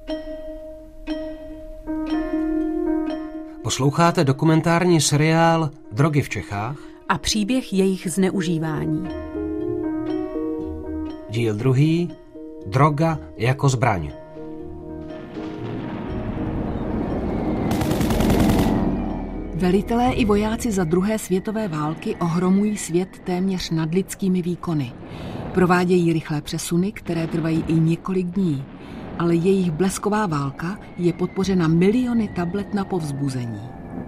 Posloucháte dokumentární seriál Drogy v Čechách a příběh jejich zneužívání. Díl 2. Droga jako zbraň. Velitelé i vojáci za druhé světové války ohromují svět téměř nadlidskými výkony. Provádějí rychlé přesuny, které trvají i několik dní, ale jejich blesková válka je podpořena miliony tablet na povzbuzení.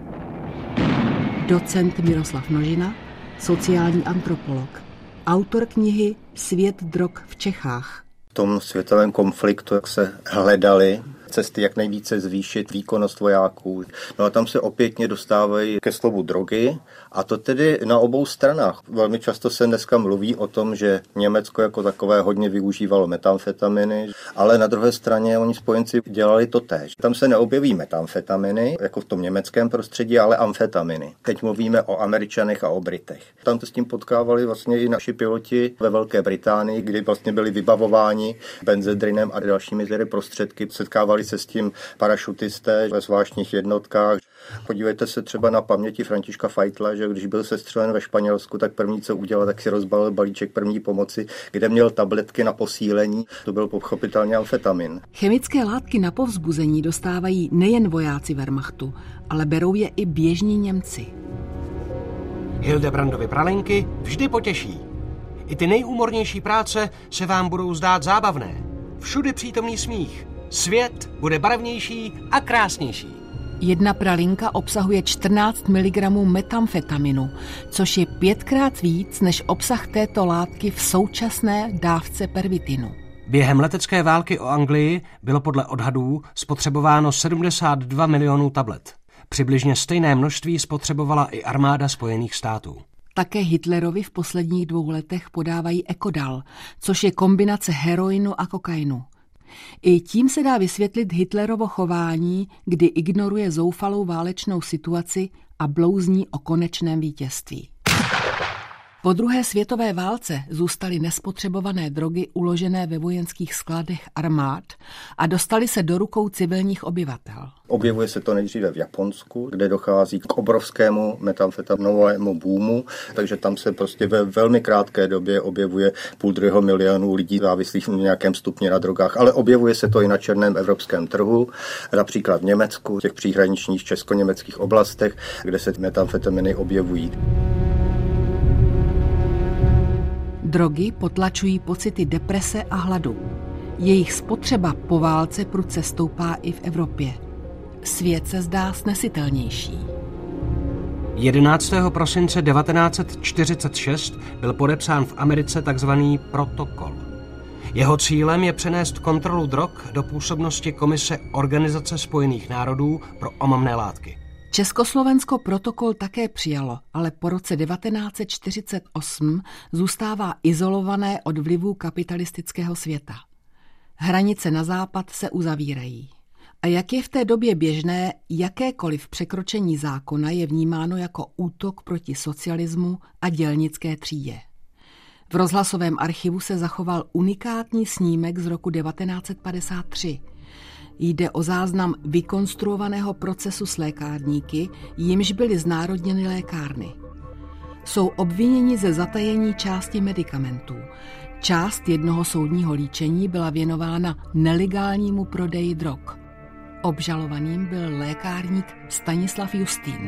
Docent Miroslav Množina, sociální antropolog, autor knihy Svět drog v Čechách. V tom světovém konfliktu, jak se hledaly cesty, jak nejvíce zvýšit výkonnost vojáků. No a tam se opětně dostávají ke slovu drogy, a to tedy na obou stranách. Velmi často se dneska mluví o tom, že Německo jako takové hodně využívalo metamfetaminy, ale na druhé straně oni spojenci dělali to též. Tam se neobjeví metamfetaminy, jako v tom německém prostředí, ale amfetaminy. Teď mluvíme o Američanech a o Britech. Tam se s tím potkávali vlastně i naši piloti ve Velké Británii, kdy vlastně byli vybavováni benzedrinem a dalšími prostředky. Setkávali se s tím parašutisté ve zvláštních jednotkách. Podívejte se třeba na paměti Františka Feitla, že když byl sestřelen ve Španělsku, tak první, co udělal, tak si rozbalil balíček první pomoci, kde měl tabletky na posílení. To byl pochopitelně amfetamin. Chemické látky na povzbuzení dostávají nejen vojáci Wehrmachtu, ale berou je i běžní Němci. Hildebrandovy pralinky vždy potěší. I ty nejúmornější práce se vám budou zdát zábavné. Všude přítomný smích. Svět bude barevnější a krásnější. Jedna pralinka obsahuje 14 mg metamfetaminu, což je 5krát víc než obsah této látky v současné dávce pervitinu. Během letecké války o Anglii bylo podle odhadů spotřebováno 72 milionů tablet. Přibližně stejné množství spotřebovala i armáda Spojených států. Také Hitlerovi v posledních 2 letech podávají Ekodal, což je kombinace heroinu a kokainu. I tím se dá vysvětlit Hitlerovo chování, kdy ignoruje zoufalou válečnou situaci a blouzní o konečném vítězství. Po druhé světové válce zůstaly nespotřebované drogy uložené ve vojenských skladech armád a dostaly se do rukou civilních obyvatel. Objevuje se to nejdříve v Japonsku, kde dochází k obrovskému metamfetanovému boomu, takže tam se prostě ve velmi krátké době objevuje 500 milionu lidí závislých v nějakém stupni na drogách, ale objevuje se to i na černém evropském trhu, například v Německu, v těch příhraničních česko-německých oblastech, kde se metamfetaminy objevují. Drogy potlačují pocity deprese a hladu. Jejich spotřeba po válce prudce stoupá i v Evropě. Svět se zdá snesitelnější. 11. prosince 1946 byl podepsán v Americe takzvaný protokol. Jeho cílem je přenést kontrolu drog do působnosti Komise Organizace spojených národů pro omamné látky. Československo protokol také přijalo, ale po roce 1948 zůstává izolované od vlivů kapitalistického světa. Hranice na západ se uzavírají. A jak je v té době běžné, jakékoliv překročení zákona je vnímáno jako útok proti socialismu a dělnické třídě. V rozhlasovém archivu se zachoval unikátní snímek z roku 1953. Jde o záznam vykonstruovaného procesu s lékárníky, jimž byly znárodněny lékárny. Jsou obviněni ze zatajení části medikamentů. Část jednoho soudního líčení byla věnována nelegálnímu prodeji drog. Obžalovaným byl lékárník Stanislav Justín.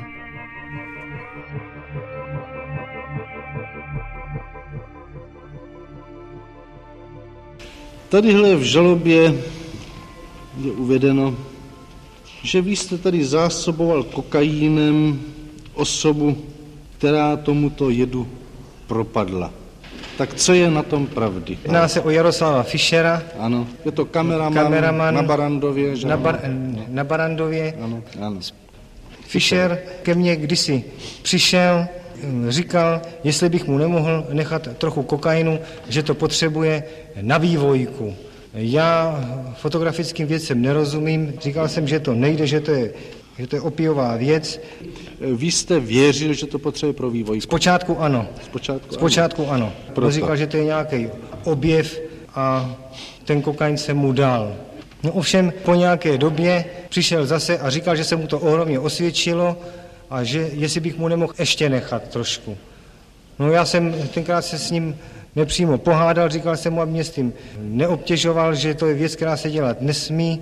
Tadyhle v žalobě je uvedeno, že vy jste tady zásoboval kokainem osobu, která tomuto jedu propadla. Tak co je na tom pravdy? Jedná se o Jaroslava Fischera. Ano, je to kameraman na Barandově. Že na Barandově. Ano. Fischer ke mně kdysi přišel, říkal, jestli bych mu nemohl nechat trochu kokainu, že to potřebuje na vývojku. Já fotografickým věcem nerozumím, říkal jsem, že to nejde, že to je opiová věc. Vy jste věřil, že to potřebuje pro vývoj? Zpočátku ano. Zpočátku ano. On říkal, že to je nějaký objev a ten kokain se mu dal. No ovšem po nějaké době přišel zase a říkal, že se mu to ohromně osvědčilo a že jestli bych mu nemohl ještě nechat trošku. No já jsem tenkrát se s ním nepřímo pohádal, říkal jsem mu, aby mě s tím neobtěžoval, že to je věc, která se dělat nesmí,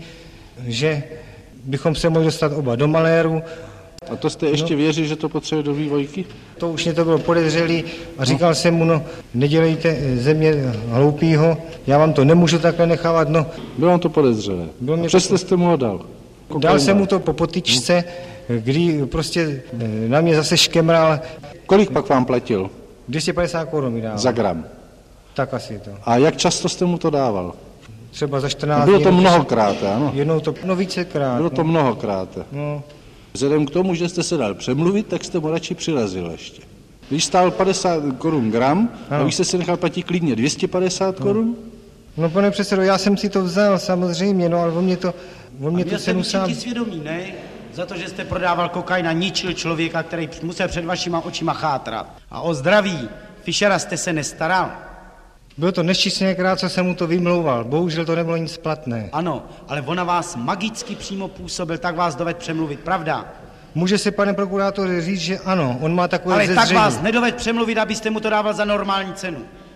že bychom se mohli dostat oba do maléru. A to jste ještě věřili, že to potřebuje do vývojky? To už mě to bylo podezřelý a říkal jsem mu, no nedělejte ze mě hloupýho, já vám to nemůžu takhle nechávat, no. Bylo vám to podezřelé. A přesto jste mu ho dal? Dal jsem mu to po potyčce, kdy prostě na mě zase škemral. Kolik pak vám platil? 250 korun mi dával. Za gram? Tak asi to. A jak často jste mu to dával? Třeba za 14 dní. Bylo to mnohokrát, ano? Jednou to, no vícekrát. Bylo to mnohokrát. No. Vzhledem k tomu, že jste se dal přemluvit, tak jste mu radši přirazil ještě. Když stál 50 korun gram, a vy jste si nechal platit klidně 250 korun? No pane předsedo, já jsem si to vzal samozřejmě, no ale on mě to cenu sám. Svědomí, ne? Za to, že jste prodával kokain a ničil člověka, který musel před vašima očima chátrat. A o zdraví Fischera jste se nestaral. Bylo to nesčísněkrát, co jsem mu to vymlouval. Bohužel to nebylo nic platné. Ano, ale on na vás magicky přímo působil, tak vás doved přemluvit, pravda? Může se, pane prokurátor, říct, že ano, on má takové ale zezření. Tak vás nedoved přemluvit, abyste mu to dával za normální cenu.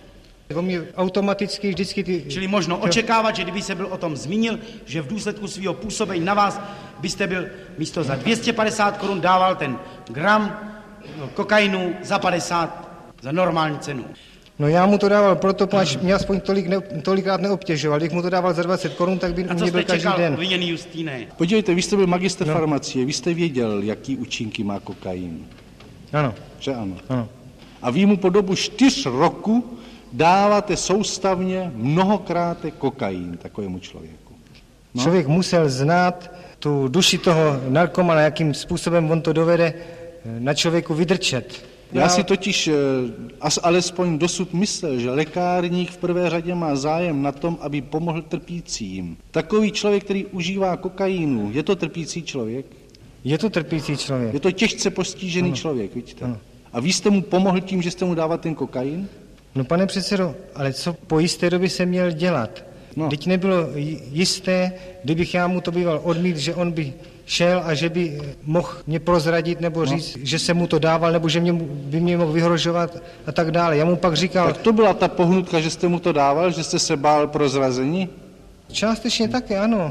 On mě automaticky vždycky Čili možno očekávat, že kdyby se byl o tom zmínil, že v důsledku svého působení na vás byste byl místo za 250 korun dával ten gram kokainu za 50 za normální cenu. No já mu to dával proto, až mě aspoň tolikrát neobtěžoval. Když mu to dával za 20 korun, tak by u mě byl každý den. Obviněný Justýne? Podívejte, vy jste byl magistr farmacie, vy jste věděl, jaký účinky má kokain. Ano. Že ano? Ano. A vy mu po dobu 4 roku dáváte soustavně mnohokrát kokain takovému člověku. No? Člověk musel znát tu duši toho narkomana, jakým způsobem on to dovede na člověku vydrčet. Já si totiž alespoň dosud myslel, že lékárník v prvé řadě má zájem na tom, aby pomohl trpícím. Takový člověk, který užívá kokainu, je to trpící člověk? Je to trpící člověk. Je to těžce postižený člověk, vidíte? Ano. A vy jste mu pomohl tím, že jste mu dával ten kokain? No pane předsedo, ale co po jisté době se měl dělat? No. Teď nebylo jisté, kdybych já mu to býval odmít, že on by šel a že by mohl mě prozradit nebo říct, že jsem mu to dával, nebo že by mě mohl vyhrožovat a tak dále. Já mu pak říkal... Tak to byla ta pohnutka, že jste mu to dával, že jste se bál prozrazení? Částečně také, ano.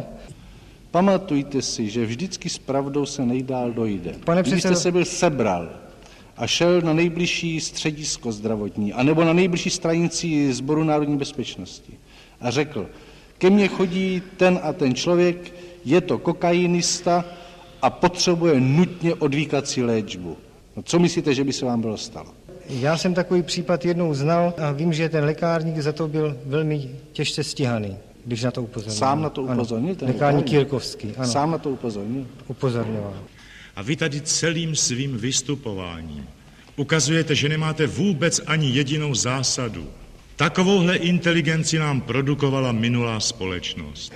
Pamatujte si, že vždycky s pravdou se nejdál dojde. Pane Když předsedo... jste se byl sebral a šel na nejbližší středisko zdravotní, anebo na nejbližší stranici Sboru národní bezpečnosti a řekl, ke mně chodí ten a ten člověk, je to kokainista a potřebuje nutně odvykací léčbu. No, co myslíte, že by se vám bylo stalo? Já jsem takový případ jednou znal a vím, že ten lékárník za to byl velmi těžce stíhaný, když na to upozornil. Sám na to upozornil? Lékárník Jirkovský, ano. Sám na to upozornil? Upozorňoval. A vy tady celým svým vystupováním ukazujete, že nemáte vůbec ani jedinou zásadu. Takovouhle inteligenci nám produkovala minulá společnost.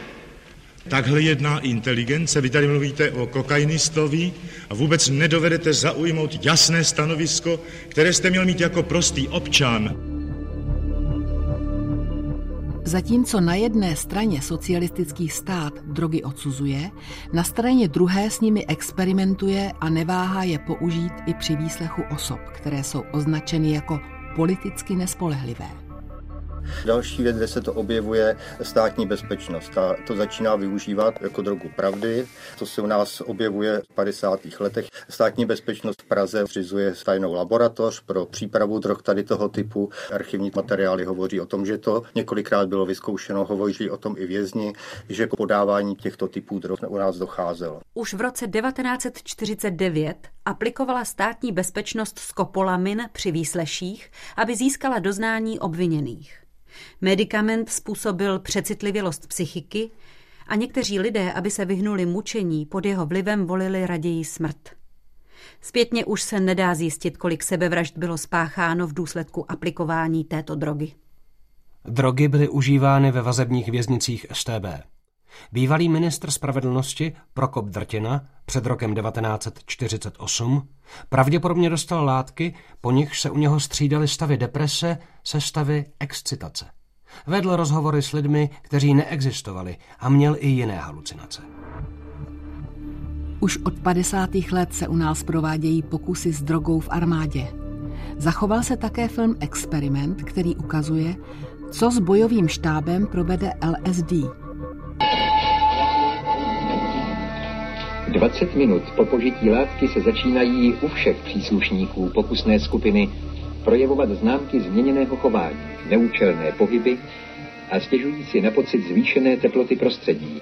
Takhle jedná inteligence, vy tady mluvíte o kokainistovi a vůbec nedovedete zaujmout jasné stanovisko, které jste měl mít jako prostý občan. Zatímco na jedné straně socialistický stát drogy odsuzuje, na straně druhé s nimi experimentuje a neváhá je použít i při výslechu osob, které jsou označeny jako politicky nespolehlivé. Další věc, kde se to objevuje, státní bezpečnost. A to začíná využívat jako drogu pravdy. To se u nás objevuje v 50. letech. Státní bezpečnost v Praze zřizuje tajnou laboratoř pro přípravu drog tady toho typu. Archivní materiály hovoří o tom, že to několikrát bylo vyzkoušeno, hovoří o tom i vězni, že k podávání těchto typů drog u nás docházelo. Už v roce 1949 aplikovala státní bezpečnost skopolamin při výsleších, aby získala doznání obviněných. Medikament způsobil přecitlivělost psychiky a někteří lidé, aby se vyhnuli mučení, pod jeho vlivem volili raději smrt. Zpětně už se nedá zjistit, kolik sebevražd bylo spácháno v důsledku aplikování této drogy. Drogy byly užívány ve vazebních věznicích StB. Bývalý ministr spravedlnosti Prokop Drtina před rokem 1948 pravděpodobně dostal látky, po nichž se u něho střídaly stavy deprese se stavy excitace. Vedl rozhovory s lidmi, kteří neexistovali a měl i jiné halucinace. Už od 50. let se u nás provádějí pokusy s drogou v armádě. Zachoval se také film Experiment, který ukazuje, co s bojovým štábem provede LSD. 20 minut po požití látky se začínají u všech příslušníků pokusné skupiny projevovat známky změněného chování, neúčelné pohyby a stěžují si na pocit zvýšené teploty prostředí.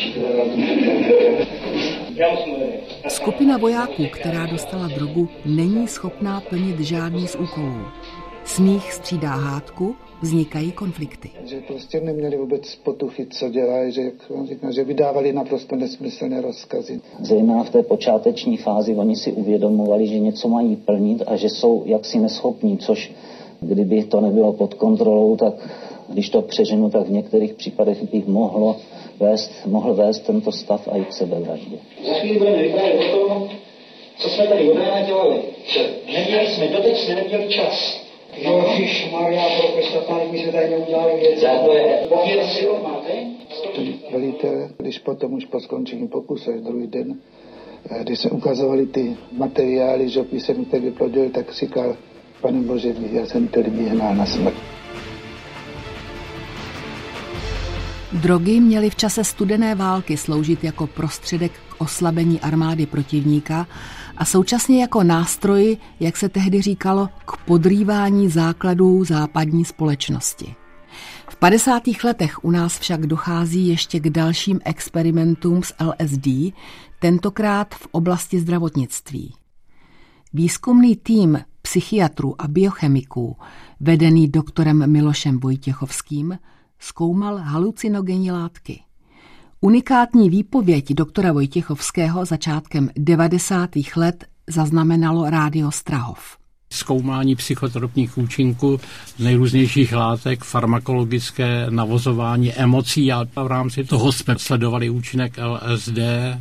Skupina vojáků, která dostala drogu, není schopná plnit žádný z úkolů. Smích střídá hádku, vznikají konflikty. Že prostě neměli vůbec potuchy, co dělají, že vydávali naprosto nesmyslné rozkazy. Zejména v té počáteční fázi oni si uvědomovali, že něco mají plnit a že jsou jaksi neschopní, což kdyby to nebylo pod kontrolou, tak když to přeženu, tak v některých případech bych mohl vést tento stav a i k sebevraždě. Za chvíli budeme vyprávět o tom, co jsme tady od rána dělali. Doteď jsme neměli čas. Ježišmarja, prokestatánek, my jsme tady neudělali věc. Pověděl si ho máte? Velitel, když potom už po skončení pokusu, až druhý den, když se ukazovali ty materiály, že jsem to vyplodil, tak říkal, Pane Bože, já jsem ty lidi hnal na smrt. Drogy měly v čase studené války sloužit jako prostředek k oslabení armády protivníka a současně jako nástroj, jak se tehdy říkalo, k podrývání základů západní společnosti. V 50. letech u nás však dochází ještě k dalším experimentům s LSD, tentokrát v oblasti zdravotnictví. Výzkumný tým psychiatrů a biochemiků, vedený doktorem Milošem Vojtěchovským, zkoumal halucinogenní látky. Unikátní výpověď doktora Vojtěchovského začátkem 90. let zaznamenalo Rádio Strahov. Zkoumání psychotropních účinků nejrůznějších látek, farmakologické navozování emocí a v rámci toho jsme sledovali účinek LSD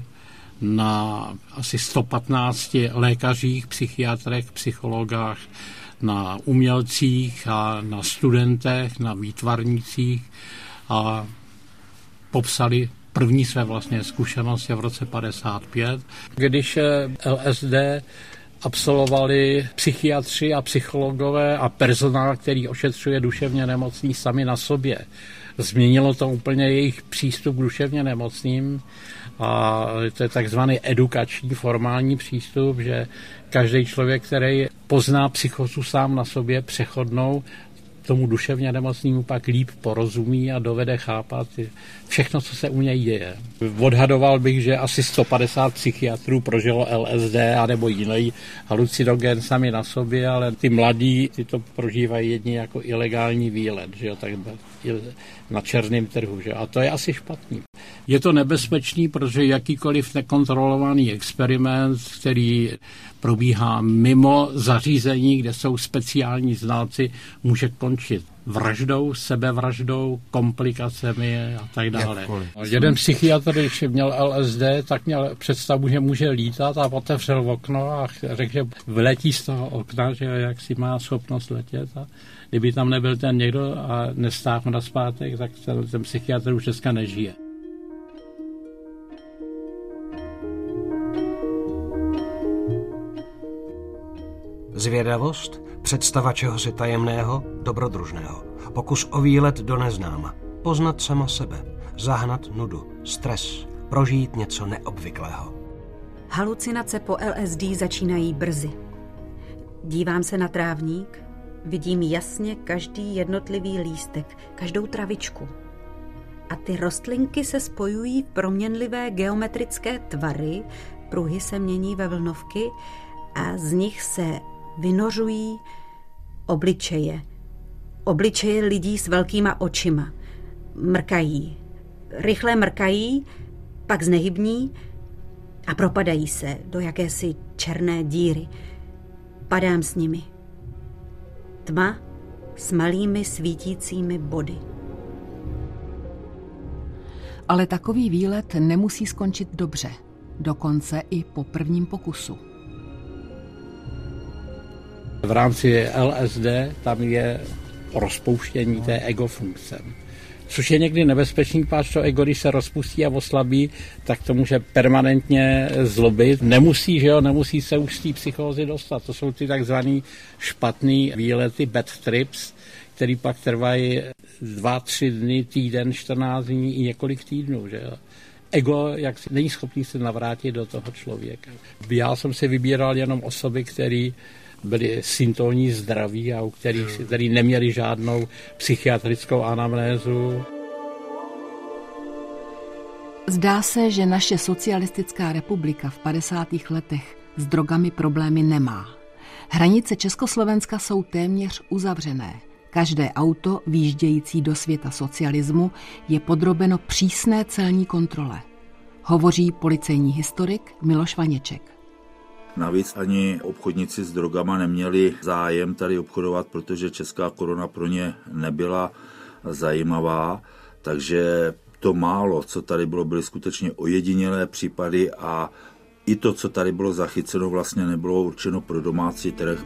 na asi 115 lékařích, psychiatrech, psychologách, na umělcích a na studentech, na výtvarnících a popsali první své vlastně zkušenosti v roce 55, když LSD absolvovali psychiatři a psychologové a personál, který ošetřuje duševně nemocní sami na sobě. Změnilo to úplně jejich přístup k duševně nemocným a to je takzvaný edukační formální přístup, že každý člověk, který pozná psychozu sám na sobě přechodnou, tomu duševně nemocnému pak líp porozumí a dovede chápat všechno, co se u něj děje. Odhadoval bych, že asi 150 psychiatrů prožilo LSD anebo jiný halucinogen sami na sobě, ale ty mladí ty to prožívají jedni jako ilegální výlet, že jo, tak na černém trhu, že? A to je asi špatný. Je to nebezpečný, protože jakýkoliv nekontrolovaný experiment, který probíhá mimo zařízení, kde jsou speciální znalci, může končit vraždou, sebevraždou, komplikacemi a tak dále. Jeden psychiatr, když měl LSD, tak měl představu, že může lítat a otevřel okno a řekl, že vyletí z toho okna, že jak si má schopnost letět a kdyby tam nebyl ten někdo a nestáhl nazpátek, tak ten psychiatr už dneska nežije. Zvědavost, představa čehosi tajemného, dobrodružného, pokus o výlet do neznáma, poznat sama sebe, zahnat nudu, stres, prožít něco neobvyklého. Halucinace po LSD začínají brzy. Dívám se na trávník, vidím jasně každý jednotlivý lístek, každou travičku. A ty rostlinky se spojují v proměnlivé geometrické tvary, pruhy se mění ve vlnovky a z nich se vynořují obličeje. Obličeje lidí s velkýma očima. Mrkají. Rychle mrkají, pak znehybní a propadají se do jakési černé díry. Padám s nimi. Tma s malými svítícími body. Ale takový výlet nemusí skončit dobře. Dokonce i po prvním pokusu. V rámci LSD tam je rozpouštění té ego funkce. Což je někdy nebezpečný, páč to ego, když se rozpustí a oslabí, tak to může permanentně zlobit. Nemusí se už z té psychózy dostat. To jsou ty takzvaný špatný výlety, bad trips, který pak trvají 2-3 dny, týden, 14 dní i několik týdnů. Že? Ego není schopný se navrátit do toho člověka. Já jsem si vybíral jenom osoby, které byli syntonní zdraví a u který neměli žádnou psychiatrickou anamnézu. Zdá se, že naše socialistická republika v 50. letech s drogami problémy nemá. Hranice Československa jsou téměř uzavřené. Každé auto výjíždějící do světa socialismu je podrobeno přísné celní kontrole. Hovoří policejní historik Miloš Vaněček. Navíc ani obchodníci s drogama neměli zájem tady obchodovat, protože česká koruna pro ně nebyla zajímavá, takže to málo, co tady bylo, byly skutečně ojedinělé případy a i to, co tady bylo zachyceno, vlastně nebylo určeno pro domácí trh.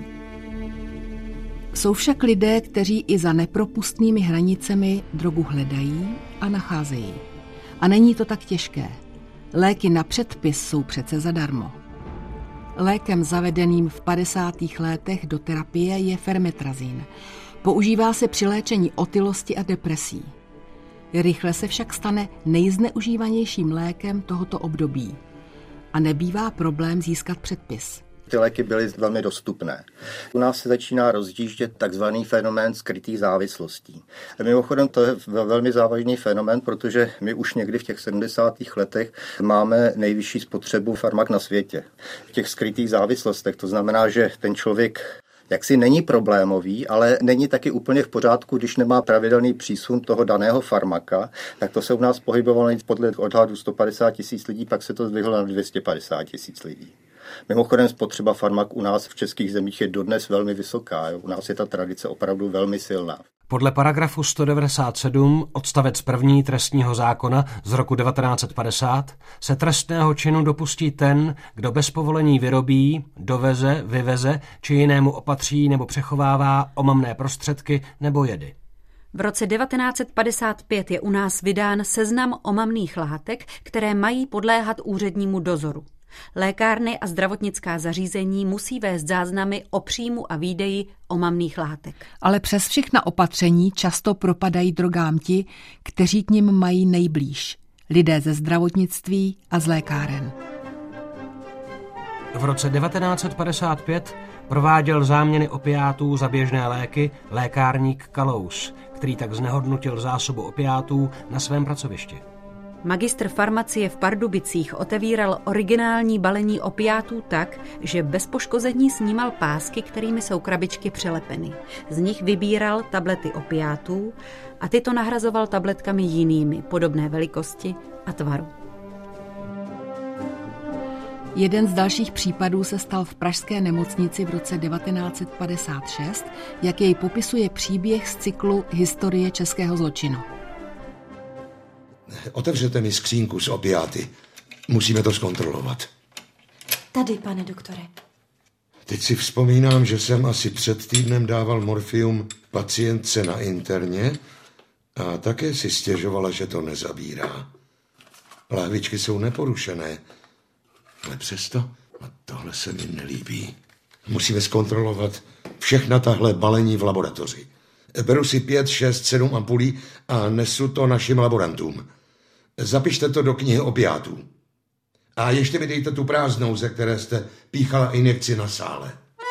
Jsou však lidé, kteří i za nepropustnými hranicemi drogu hledají a nacházejí. A není to tak těžké. Léky na předpis jsou přece zadarmo. Lékem zavedeným v 50. letech do terapie je fermetrazín. Používá se při léčení otylosti a depresí. Rychle se však stane nejzneužívanějším lékem tohoto období. A nebývá problém získat předpis. Ty léky byly velmi dostupné. U nás se začíná rozjíždět takzvaný fenomén skrytých závislostí. Mimochodem to je velmi závažný fenomén, protože my už někdy v těch 70. letech máme nejvyšší spotřebu farmak na světě. V těch skrytých závislostech, to znamená, že ten člověk jaksi není problémový, ale není taky úplně v pořádku, když nemá pravidelný přísun toho daného farmaka, tak to se u nás pohybovalo podle odhadu 150 000 lidí, pak se to zdvihlo na 250 000 lidí. Mimochodem spotřeba farmak u nás v českých zemích je dodnes velmi vysoká. U nás je ta tradice opravdu velmi silná. Podle paragrafu 197 odstavec 1. trestního zákona z roku 1950 se trestného činu dopustí ten, kdo bez povolení vyrobí, doveze, vyveze či jinému opatří nebo přechovává omamné prostředky nebo jedy. V roce 1955 je u nás vydán seznam omamných látek, které mají podléhat úřednímu dozoru. Lékárny a zdravotnická zařízení musí vést záznamy o příjmu a výdeji omamných látek. Ale přes všechna opatření často propadají drogám ti, kteří k nim mají nejblíž. Lidé ze zdravotnictví a z lékáren. V roce 1955 prováděl záměny opiátů za běžné léky lékárník Kalous, který tak znehodnotil zásobu opiátů na svém pracovišti. Magistr farmacie v Pardubicích otevíral originální balení opiátů tak, že bez poškození snímal pásky, kterými jsou krabičky přelepeny. Z nich vybíral tablety opiátů a tyto nahrazoval tabletkami jinými, podobné velikosti a tvaru. Jeden z dalších případů se stal v pražské nemocnici v roce 1956, jak jej popisuje příběh z cyklu Historie českého zločinu. Otevřete mi skřínku s opiáty. Musíme to zkontrolovat. Tady, pane doktore. Teď si vzpomínám, že jsem asi před týdnem dával morfium pacientce na interně a také si stěžovala, že to nezabírá. Lahvičky jsou neporušené, ale přesto a tohle se mi nelíbí. Musíme zkontrolovat všechna tahle balení v laboratoři. Beru si 5, 6, 7 ampulí a nesu to našim laborantům. Zapište to do knihy opiátů. A ještě mi dejte tu prázdnou, ze které jste píchala injekci na sále.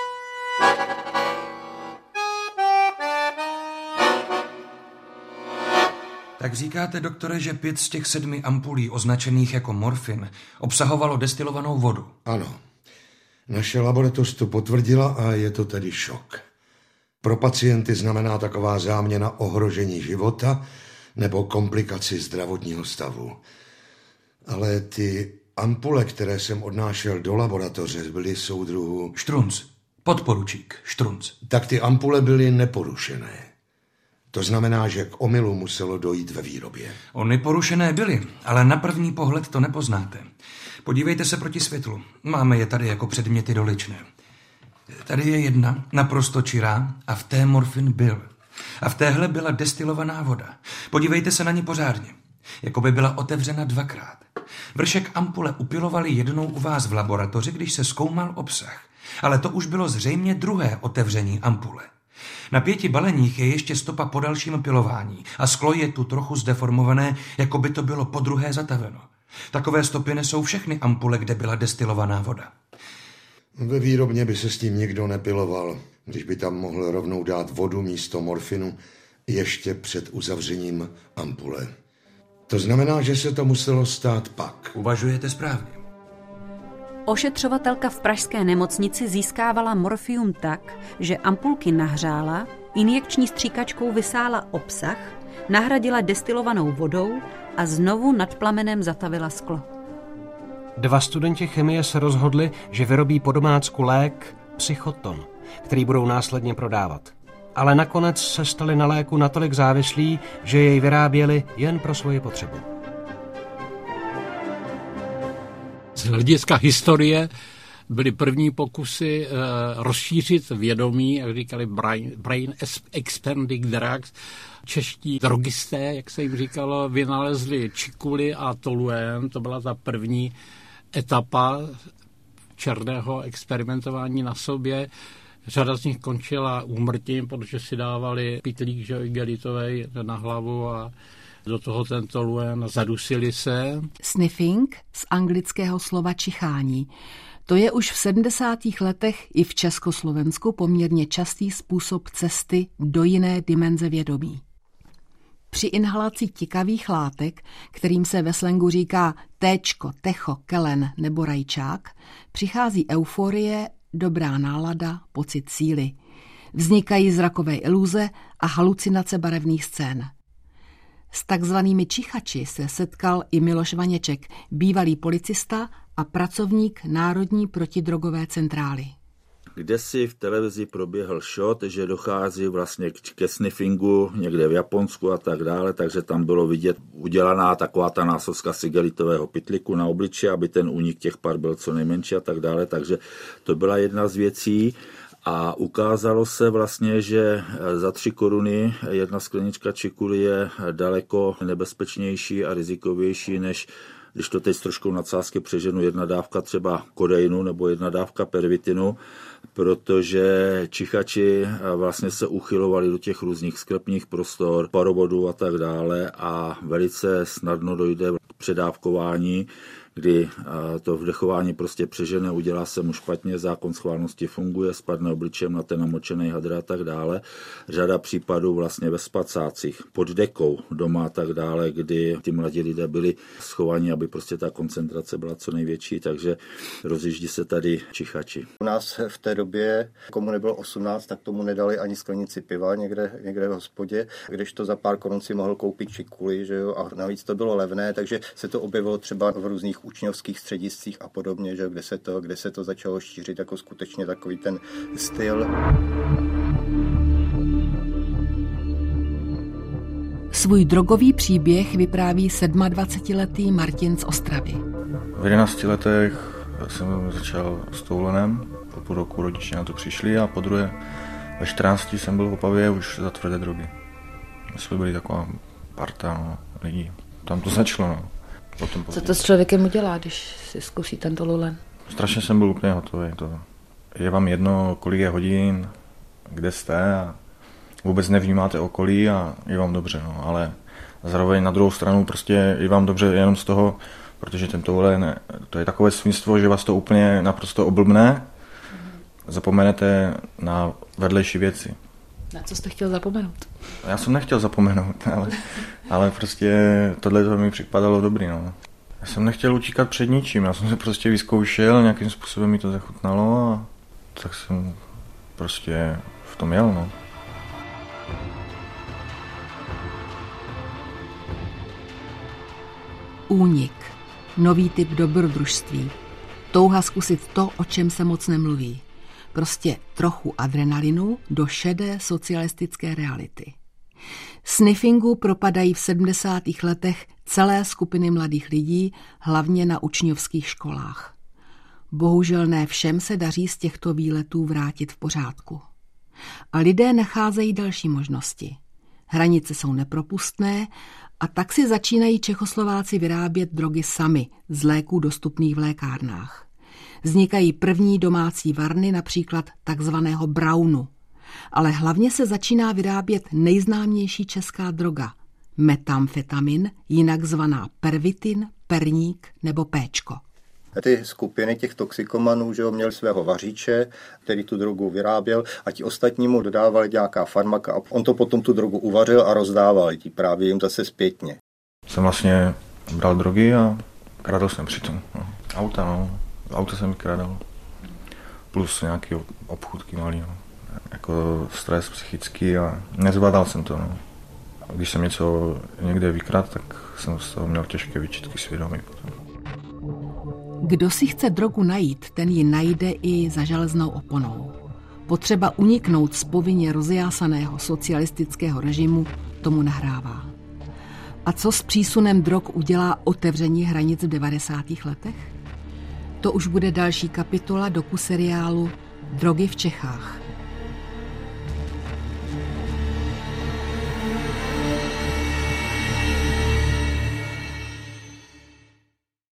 Tak říkáte, doktore, že 5 z těch 7 ampulí označených jako morfin obsahovalo destilovanou vodu? Ano. Naše laboratoř to potvrdila a je to tedy šok. Pro pacienty znamená taková záměna ohrožení života nebo komplikaci zdravotního stavu. Ale ty ampule, které jsem odnášel do laboratoře, byly soudruhu... Štrunc. Podporučík. Štrunc. Tak ty ampule byly neporušené. To znamená, že k omylu muselo dojít ve výrobě. Ony porušené byly, ale na první pohled to nepoznáte. Podívejte se proti světlu. Máme je tady jako předměty doličné. Tady je jedna, naprosto čirá, a v té morfin byl. A v téhle byla destilovaná voda. Podívejte se na ní pořádně. Jako by byla otevřena 2krát. Vršek ampule upilovali jednou u vás v laboratoři, když se zkoumal obsah. Ale to už bylo zřejmě druhé otevření ampule. Na 5 baleních je ještě stopa po dalším pilování a sklo je tu trochu zdeformované, jako by to bylo podruhé zataveno. Takové stopy nesou všechny ampule, kde byla destilovaná voda. Ve výrobně by se s tím nikdo nepiloval, když by tam mohl rovnou dát vodu místo morfinu ještě před uzavřením ampule. To znamená, že se to muselo stát pak. Uvažujete správně. Ošetřovatelka v pražské nemocnici získávala morfium tak, že ampulky nahřála, injekční stříkačkou vysála obsah, nahradila destilovanou vodou a znovu nad plamenem zatavila sklo. 2 studenti chemie se rozhodli, že vyrobí po domácku lék Psychoton, který budou následně prodávat. Ale nakonec se stali na léku natolik závislí, že jej vyráběli jen pro svoji potřebu. Z hlediska historie byly první pokusy rozšířit vědomí, jak říkali brain expanding drugs. Čeští drogisté, jak se jim říkalo, vynalezli čikuli a toluen. To byla ta první etapa černého experimentování na sobě. Řada z nich končila úmrtím, protože si dávali pytlík igelitovej na hlavu a do toho ten toluen, zadusili se. Sniffing z anglického slova čichání. To je už v 70. letech i v Československu poměrně častý způsob cesty do jiné dimenze vědomí. Při inhalaci tikavých látek, kterým se ve slangu říká téčko, techo, kelen nebo rajčák, přichází euforie, dobrá nálada, pocit síly. Vznikají zrakové iluze a halucinace barevných scén. S takzvanými čichači se setkal i Miloš Vaněček, bývalý policista a pracovník Národní protidrogové centrály. Kdesi v televizi proběhl shot, že dochází vlastně ke sniffingu někde v Japonsku a tak dále, takže tam bylo vidět udělaná taková ta násoska z igelitového pytliku na obličeji, aby ten únik těch par byl co nejmenší a tak dále, takže to byla jedna z věcí. A ukázalo se vlastně, že za 3 koruny jedna sklenička čikuly je daleko nebezpečnější a rizikovější, než když to teď s troškou nadsázky přeženu, 1 dávka třeba kodeinu nebo 1 dávka pervitinu, protože čichači vlastně se uchylovali do těch různých sklepních prostor, parovodů a tak dále a velice snadno dojde k předávkování, kdy to vdechování prostě přežene, udělá se mu špatně, zákon schválnosti funguje, spadne obličejem na ten namočený hadr a tak dále. Řada případů vlastně ve spacácích, pod dekou doma a tak dále, kdy ty mladí lidé byli schovaní, aby prostě ta koncentrace byla co největší, takže rozjíždí se tady čichači. U nás v té době, komu nebylo 18, tak tomu nedali ani sklenici piva někde v hospodě, když to za pár korun si mohl koupit čikuli, že jo, a navíc to bylo levné, takže se to objevilo třeba v různých učňovských střediscích a podobně, že kde se to začalo šířit jako skutečně takový ten styl. Svůj drogový příběh vypráví 27letý Martin z Ostravy. V 11 letech jsem začal s toulenem, po půl roku rodiče na to přišli a po druhé ve 14 jsem byl v Opavě už za tvrdé drogy. My jsme byli taková parta lidí. Tam to začalo. No. Co to s člověkem udělá, když si zkusí ten tolulen? Strašně jsem byl úplně hotový. Je vám jedno, kolik je hodin, kde jste a vůbec nevnímáte okolí a je vám dobře. No. Ale zároveň na druhou stranu prostě je vám dobře jenom z toho, protože ten tolulen, to je takové svinstvo, že vás to úplně naprosto oblbne. Zapomenete na vedlejší věci. Na co jste chtěl zapomenout? Já jsem nechtěl zapomenout, ale prostě tohle to mi připadalo dobrý. No. Já jsem nechtěl utíkat před ničím, já jsem se prostě vyzkoušel, nějakým způsobem mi to zachutnalo a tak jsem prostě v tom jel. No. Únik. Nový typ dobrodružství. Touha zkusit to, o čem se moc nemluví. Prostě trochu adrenalinu do šedé socialistické reality. Sniffingu propadají v 70. letech celé skupiny mladých lidí, hlavně na učňovských školách. Bohužel ne všem se daří z těchto výletů vrátit v pořádku. A lidé nacházejí další možnosti. Hranice jsou nepropustné a tak si začínají Čechoslováci vyrábět drogy sami z léků dostupných v lékárnách. Vznikají první domácí varny, například takzvaného Brownu. Ale hlavně se začíná vyrábět nejznámější česká droga – metamfetamin, jinak zvaná pervitin, perník nebo péčko. Ty skupiny těch toxikomanů, že měli svého vaříče, který tu drogu vyráběl a ti ostatní mu dodávali nějaká farmaka a on to potom tu drogu uvařil a rozdával ti právě jim zase zpětně. Jsem vlastně bral drogy a kradl jsem přitom. Auta jsem kradl. Plus nějaký obchůdky malý. Jako stres psychický a nezvládal jsem to. Když jsem něco někde vykradl, tak jsem z toho měl těžké výčitky svědomí potom. Kdo si chce drogu najít, ten ji najde i za železnou oponou. Potřeba uniknout z povinně rozjásaného socialistického režimu tomu nahrává. A co s přísunem drog udělá otevření hranic v 90. letech? To už bude další kapitola dokuseriálu Drogy v Čechách.